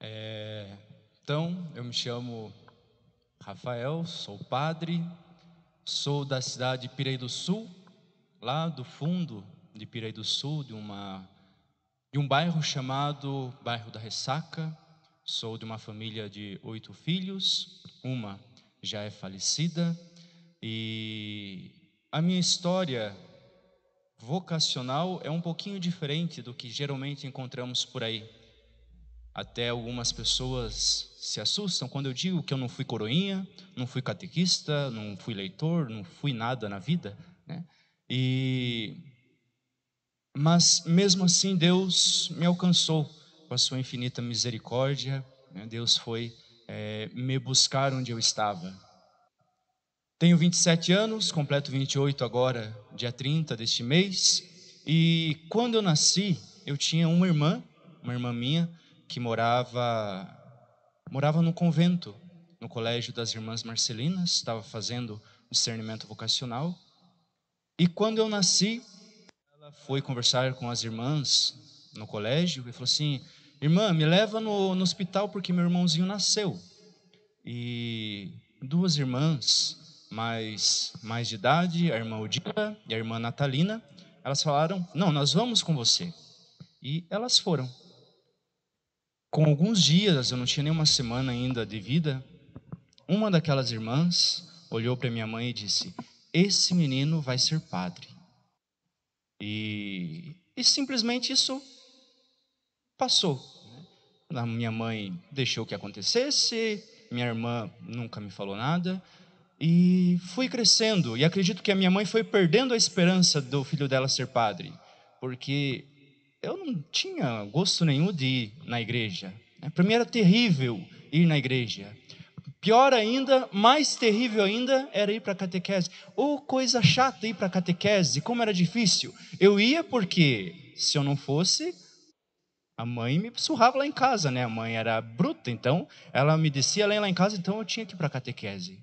Então, eu me chamo Rafael, sou padre, sou da cidade de Pirei do Sul, lá do fundo de Pirei do Sul, de um bairro chamado Bairro da Ressaca. Sou de uma família de 8 filhos, uma já é falecida, e a minha história vocacional é um pouquinho diferente do que geralmente encontramos por aí. Até algumas pessoas se assustam quando eu digo que eu não fui coroinha, não fui catequista, não fui leitor, não fui nada na vida, né? E mas mesmo assim Deus me alcançou com a sua infinita misericórdia, né? Deus foi me buscar onde eu estava. Tenho 27 anos, completo 28 agora, dia 30 deste mês. E quando eu nasci, eu tinha uma irmã minha, que morava no convento, no colégio das Irmãs Marcelinas, estava fazendo discernimento vocacional. E quando eu nasci, ela foi conversar com as irmãs no colégio e falou assim: irmã, me leva no hospital porque meu irmãozinho nasceu. E duas irmãs mais de idade, a irmã Odila e a irmã Natalina, elas falaram: não, nós vamos com você. E elas foram. Com alguns dias, eu não tinha nem uma semana ainda de vida, uma daquelas irmãs olhou para minha mãe e disse: esse menino vai ser padre. E simplesmente isso passou. A minha mãe deixou que acontecesse, minha irmã nunca me falou nada. E fui crescendo, e acredito que a minha mãe foi perdendo a esperança do filho dela ser padre, porque eu não tinha gosto nenhum de ir na igreja. Para mim era terrível ir na igreja. Pior ainda, mais terrível ainda, era ir para a catequese. Ou coisa chata ir para a catequese, como era difícil. Eu ia porque, se eu não fosse, a mãe me surrava lá em casa, né? A mãe era bruta, então ela me descia lá em casa, então eu tinha que ir para a catequese.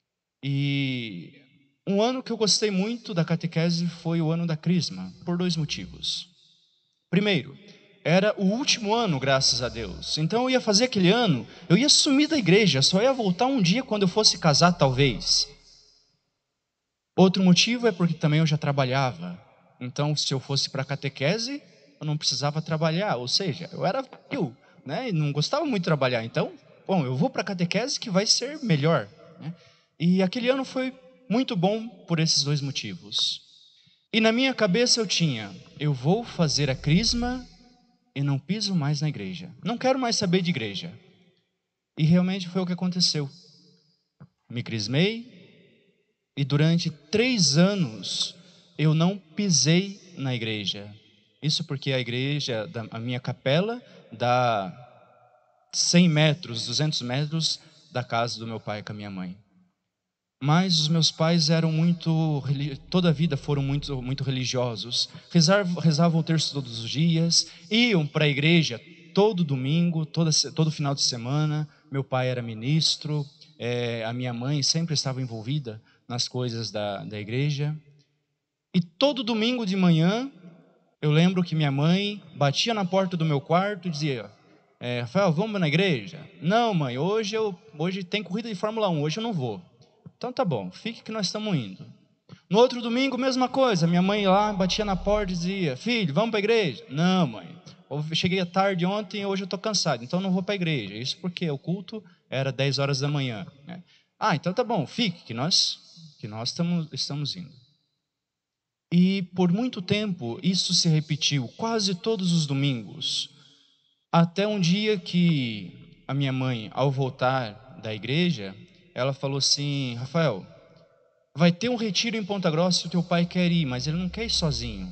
E um ano que eu gostei muito da catequese foi o ano da Crisma, por dois motivos. Primeiro, era o último ano, graças a Deus. Então eu ia fazer aquele ano, eu ia sumir da igreja, só ia voltar um dia quando eu fosse casar, talvez. Outro motivo é porque também eu já trabalhava. Então, se eu fosse para a catequese, eu não precisava trabalhar, ou seja, eu era eu, né? E não gostava muito de trabalhar. Então, bom, eu vou para a catequese que vai ser melhor, né? E aquele ano foi muito bom por esses dois motivos. E na minha cabeça eu tinha: eu vou fazer a crisma e não piso mais na igreja. Não quero mais saber de igreja. E realmente foi o que aconteceu. Me crismei e durante 3 anos eu não pisei na igreja. Isso porque a igreja, a minha capela, dá 100 metros, 200 metros da casa do meu pai com a minha mãe. Mas os meus pais eram toda a vida foram muito religiosos. Rezavam o terço todos os dias, iam para a igreja todo domingo, todo final de semana. Meu pai era ministro, a minha mãe sempre estava envolvida nas coisas da igreja. E todo domingo de manhã, eu lembro que minha mãe batia na porta do meu quarto e dizia: Rafael, vamos na igreja? Não, mãe, hoje tem corrida de Fórmula 1, hoje eu não vou. Então tá bom, fique que nós estamos indo. No outro domingo, mesma coisa, minha mãe lá batia na porta e dizia: filho, vamos para a igreja? Não, mãe, eu cheguei tarde ontem, hoje eu estou cansado, então não vou para a igreja. Isso porque o culto era 10 horas da manhã, né? Então tá bom, fique que nós estamos indo. E por muito tempo isso se repetiu, quase todos os domingos, até um dia que a minha mãe, ao voltar da igreja, ela falou assim: Rafael, vai ter um retiro em Ponta Grossa e o teu pai quer ir, mas ele não quer ir sozinho.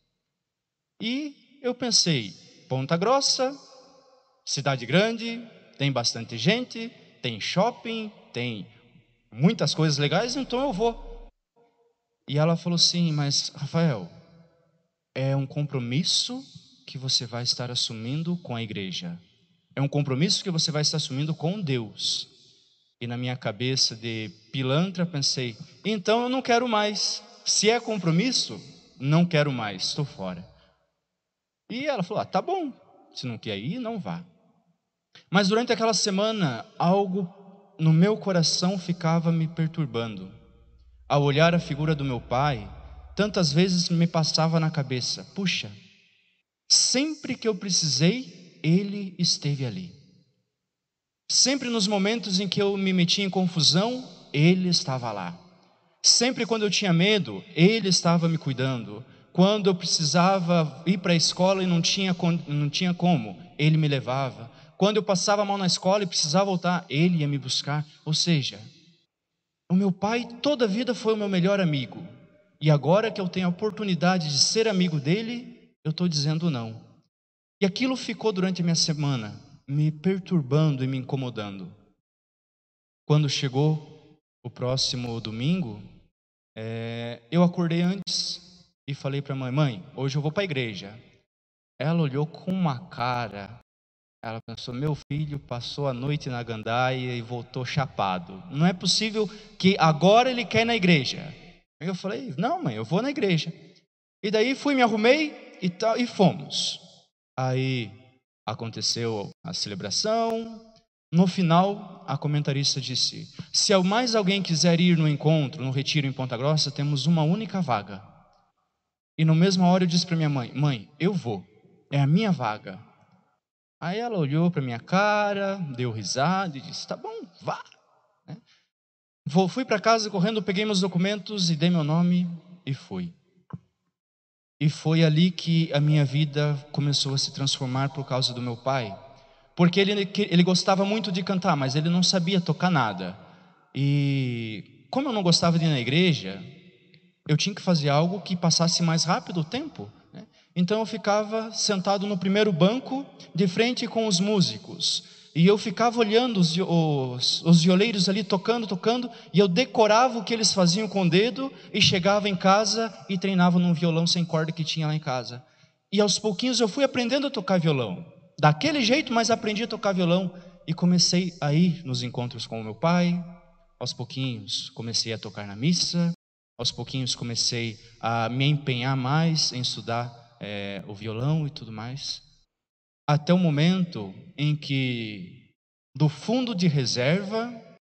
E eu pensei: Ponta Grossa, cidade grande, tem bastante gente, tem shopping, tem muitas coisas legais, então eu vou. E ela falou assim: mas Rafael, é um compromisso que você vai estar assumindo com a igreja. É um compromisso que você vai estar assumindo com Deus. E na minha cabeça de pilantra pensei: então eu não quero mais. Se é compromisso, não quero mais, estou fora. E ela falou: tá bom, se não quer ir, não vá. Mas durante aquela semana, algo no meu coração ficava me perturbando. Ao olhar a figura do meu pai, tantas vezes me passava na cabeça: puxa, sempre que eu precisei, ele esteve ali. Sempre nos momentos em que eu me metia em confusão, ele estava lá. Sempre quando eu tinha medo, ele estava me cuidando. Quando eu precisava ir para a escola e não tinha como, ele me levava. Quando eu passava mal na escola e precisava voltar, ele ia me buscar. Ou seja, o meu pai toda a vida foi o meu melhor amigo. E agora que eu tenho a oportunidade de ser amigo dele, eu estou dizendo não. E aquilo ficou durante a minha semana, me perturbando e me incomodando. Quando chegou o próximo domingo, eu acordei antes e falei para a mãe: mãe, hoje eu vou para a igreja. Ela olhou com uma cara, ela pensou: meu filho passou a noite na gandaia e voltou chapado. Não é possível que agora ele quer ir na igreja. Aí eu falei: não, mãe, eu vou na igreja. E daí fui, me arrumei e tal, e fomos. Aí aconteceu a celebração. No final, a comentarista disse: se mais alguém quiser ir no encontro, no retiro em Ponta Grossa, temos uma única vaga. E na mesma hora eu disse para minha mãe: mãe, eu vou, é a minha vaga. Aí ela olhou para minha cara, deu risada e disse: tá bom, vá. Né? Fui para casa correndo, peguei meus documentos e dei meu nome e fui. E foi ali que a minha vida começou a se transformar por causa do meu pai. Porque ele gostava muito de cantar, mas ele não sabia tocar nada. E como eu não gostava de ir na igreja, eu tinha que fazer algo que passasse mais rápido o tempo, né? Então eu ficava sentado no primeiro banco, de frente com os músicos. E eu ficava olhando os violeiros ali tocando, e eu decorava o que eles faziam com o dedo, e chegava em casa e treinava num violão sem corda que tinha lá em casa. E aos pouquinhos eu fui aprendendo a tocar violão. Daquele jeito, mas aprendi a tocar violão. E comecei a ir nos encontros com o meu pai. Aos pouquinhos comecei a tocar na missa. Aos pouquinhos comecei a me empenhar mais em estudar o violão e tudo mais. Até o momento em que, do fundo de reserva,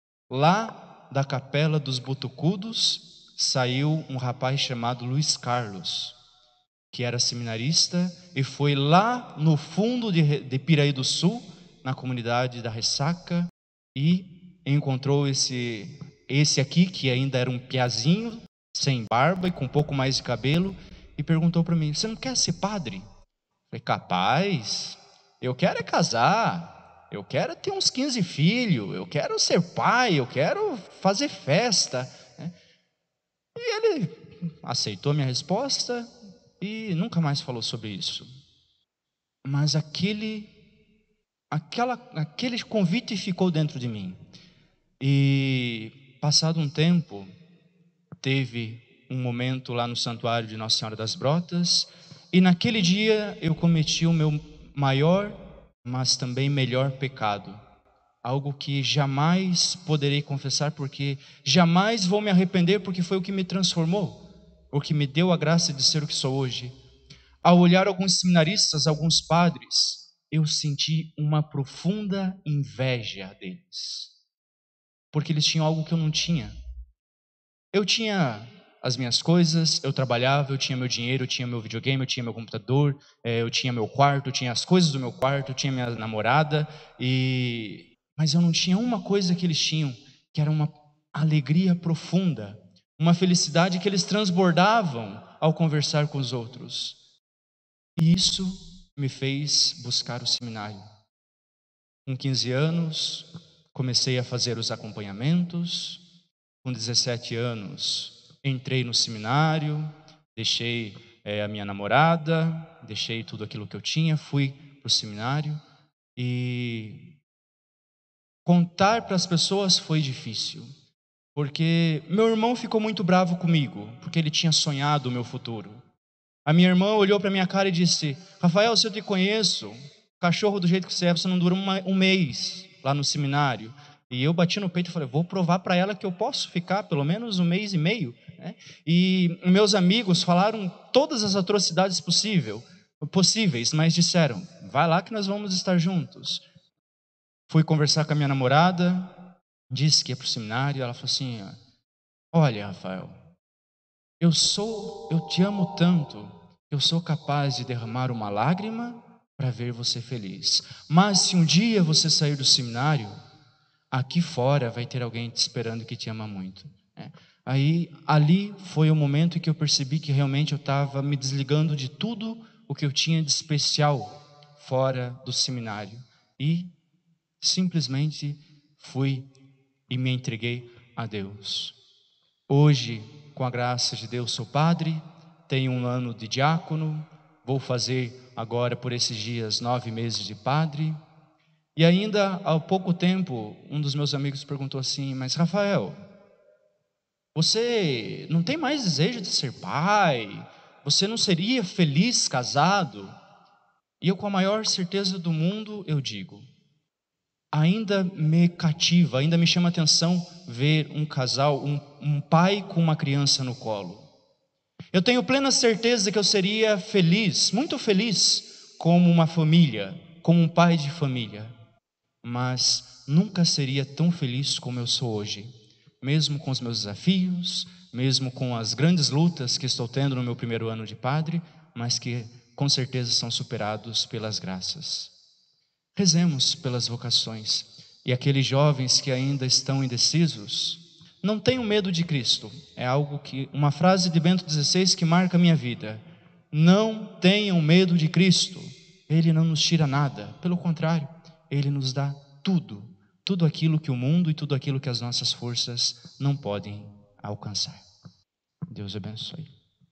lá da Capela dos Botucudos, saiu um rapaz chamado Luiz Carlos, que era seminarista, e foi lá no fundo de Piraí do Sul, na comunidade da Ressaca, e encontrou esse aqui, que ainda era um piazinho, sem barba e com um pouco mais de cabelo, e perguntou para mim: você não quer ser padre? Eu falei: capaz, eu quero é casar, eu quero ter uns 15 filhos, eu quero ser pai, eu quero fazer festa, né? E ele aceitou minha resposta e nunca mais falou sobre isso. Mas aquele convite ficou dentro de mim. E passado um tempo, teve um momento lá no santuário de Nossa Senhora das Brotas, e naquele dia eu cometi o meu maior, mas também melhor pecado. Algo que jamais poderei confessar, porque jamais vou me arrepender, porque foi o que me transformou, o que me deu a graça de ser o que sou hoje. Ao olhar alguns seminaristas, alguns padres, eu senti uma profunda inveja deles, porque eles tinham algo que eu não tinha. Eu tinha as minhas coisas, eu trabalhava, eu tinha meu dinheiro, eu tinha meu videogame, eu tinha meu computador, eu tinha meu quarto, eu tinha as coisas do meu quarto, eu tinha minha namorada, mas eu não tinha uma coisa que eles tinham, que era uma alegria profunda, uma felicidade que eles transbordavam ao conversar com os outros. E isso me fez buscar o seminário. Com 15 anos, comecei a fazer os acompanhamentos. Com 17 anos, entrei no seminário, deixei a minha namorada, deixei tudo aquilo que eu tinha, fui para o seminário. E contar para as pessoas foi difícil, porque meu irmão ficou muito bravo comigo, porque ele tinha sonhado o meu futuro. A minha irmã olhou para minha cara e disse: Rafael, se eu te conheço, cachorro do jeito que você não dura um mês lá no seminário. E eu bati no peito e falei: vou provar para ela que eu posso ficar pelo menos um mês e meio, né? E meus amigos falaram todas as atrocidades possíveis, mas disseram: vai lá que nós vamos estar juntos. Fui conversar com a minha namorada, disse que ia para o seminário. Ela falou assim: olha, Rafael, eu te amo tanto, eu sou capaz de derramar uma lágrima para ver você feliz. Mas se um dia você sair do seminário, aqui fora vai ter alguém te esperando que te ama muito. Aí, ali foi o momento em que eu percebi que realmente eu estava me desligando de tudo o que eu tinha de especial fora do seminário. E simplesmente fui e me entreguei a Deus. Hoje, com a graça de Deus, sou padre, tenho 1 ano de diácono, vou fazer agora por esses dias 9 meses de padre. E ainda há pouco tempo, um dos meus amigos perguntou assim: mas Rafael, você não tem mais desejo de ser pai? Você não seria feliz casado? E eu, com a maior certeza do mundo, eu digo: ainda me cativa, ainda me chama a atenção ver um casal, um pai com uma criança no colo. Eu tenho plena certeza que eu seria feliz, muito feliz, como uma família, como um pai de família. Mas nunca seria tão feliz como eu sou hoje, mesmo com os meus desafios, mesmo com as grandes lutas que estou tendo no meu 1º ano de padre, mas que com certeza são superados pelas graças. Rezemos pelas vocações. E aqueles jovens que ainda estão indecisos, não tenham medo de Cristo. É uma frase de Bento XVI que marca a minha vida. Não tenham medo de Cristo. Ele não nos tira nada, pelo contrário, Ele nos dá tudo, tudo aquilo que o mundo e tudo aquilo que as nossas forças não podem alcançar. Deus abençoe.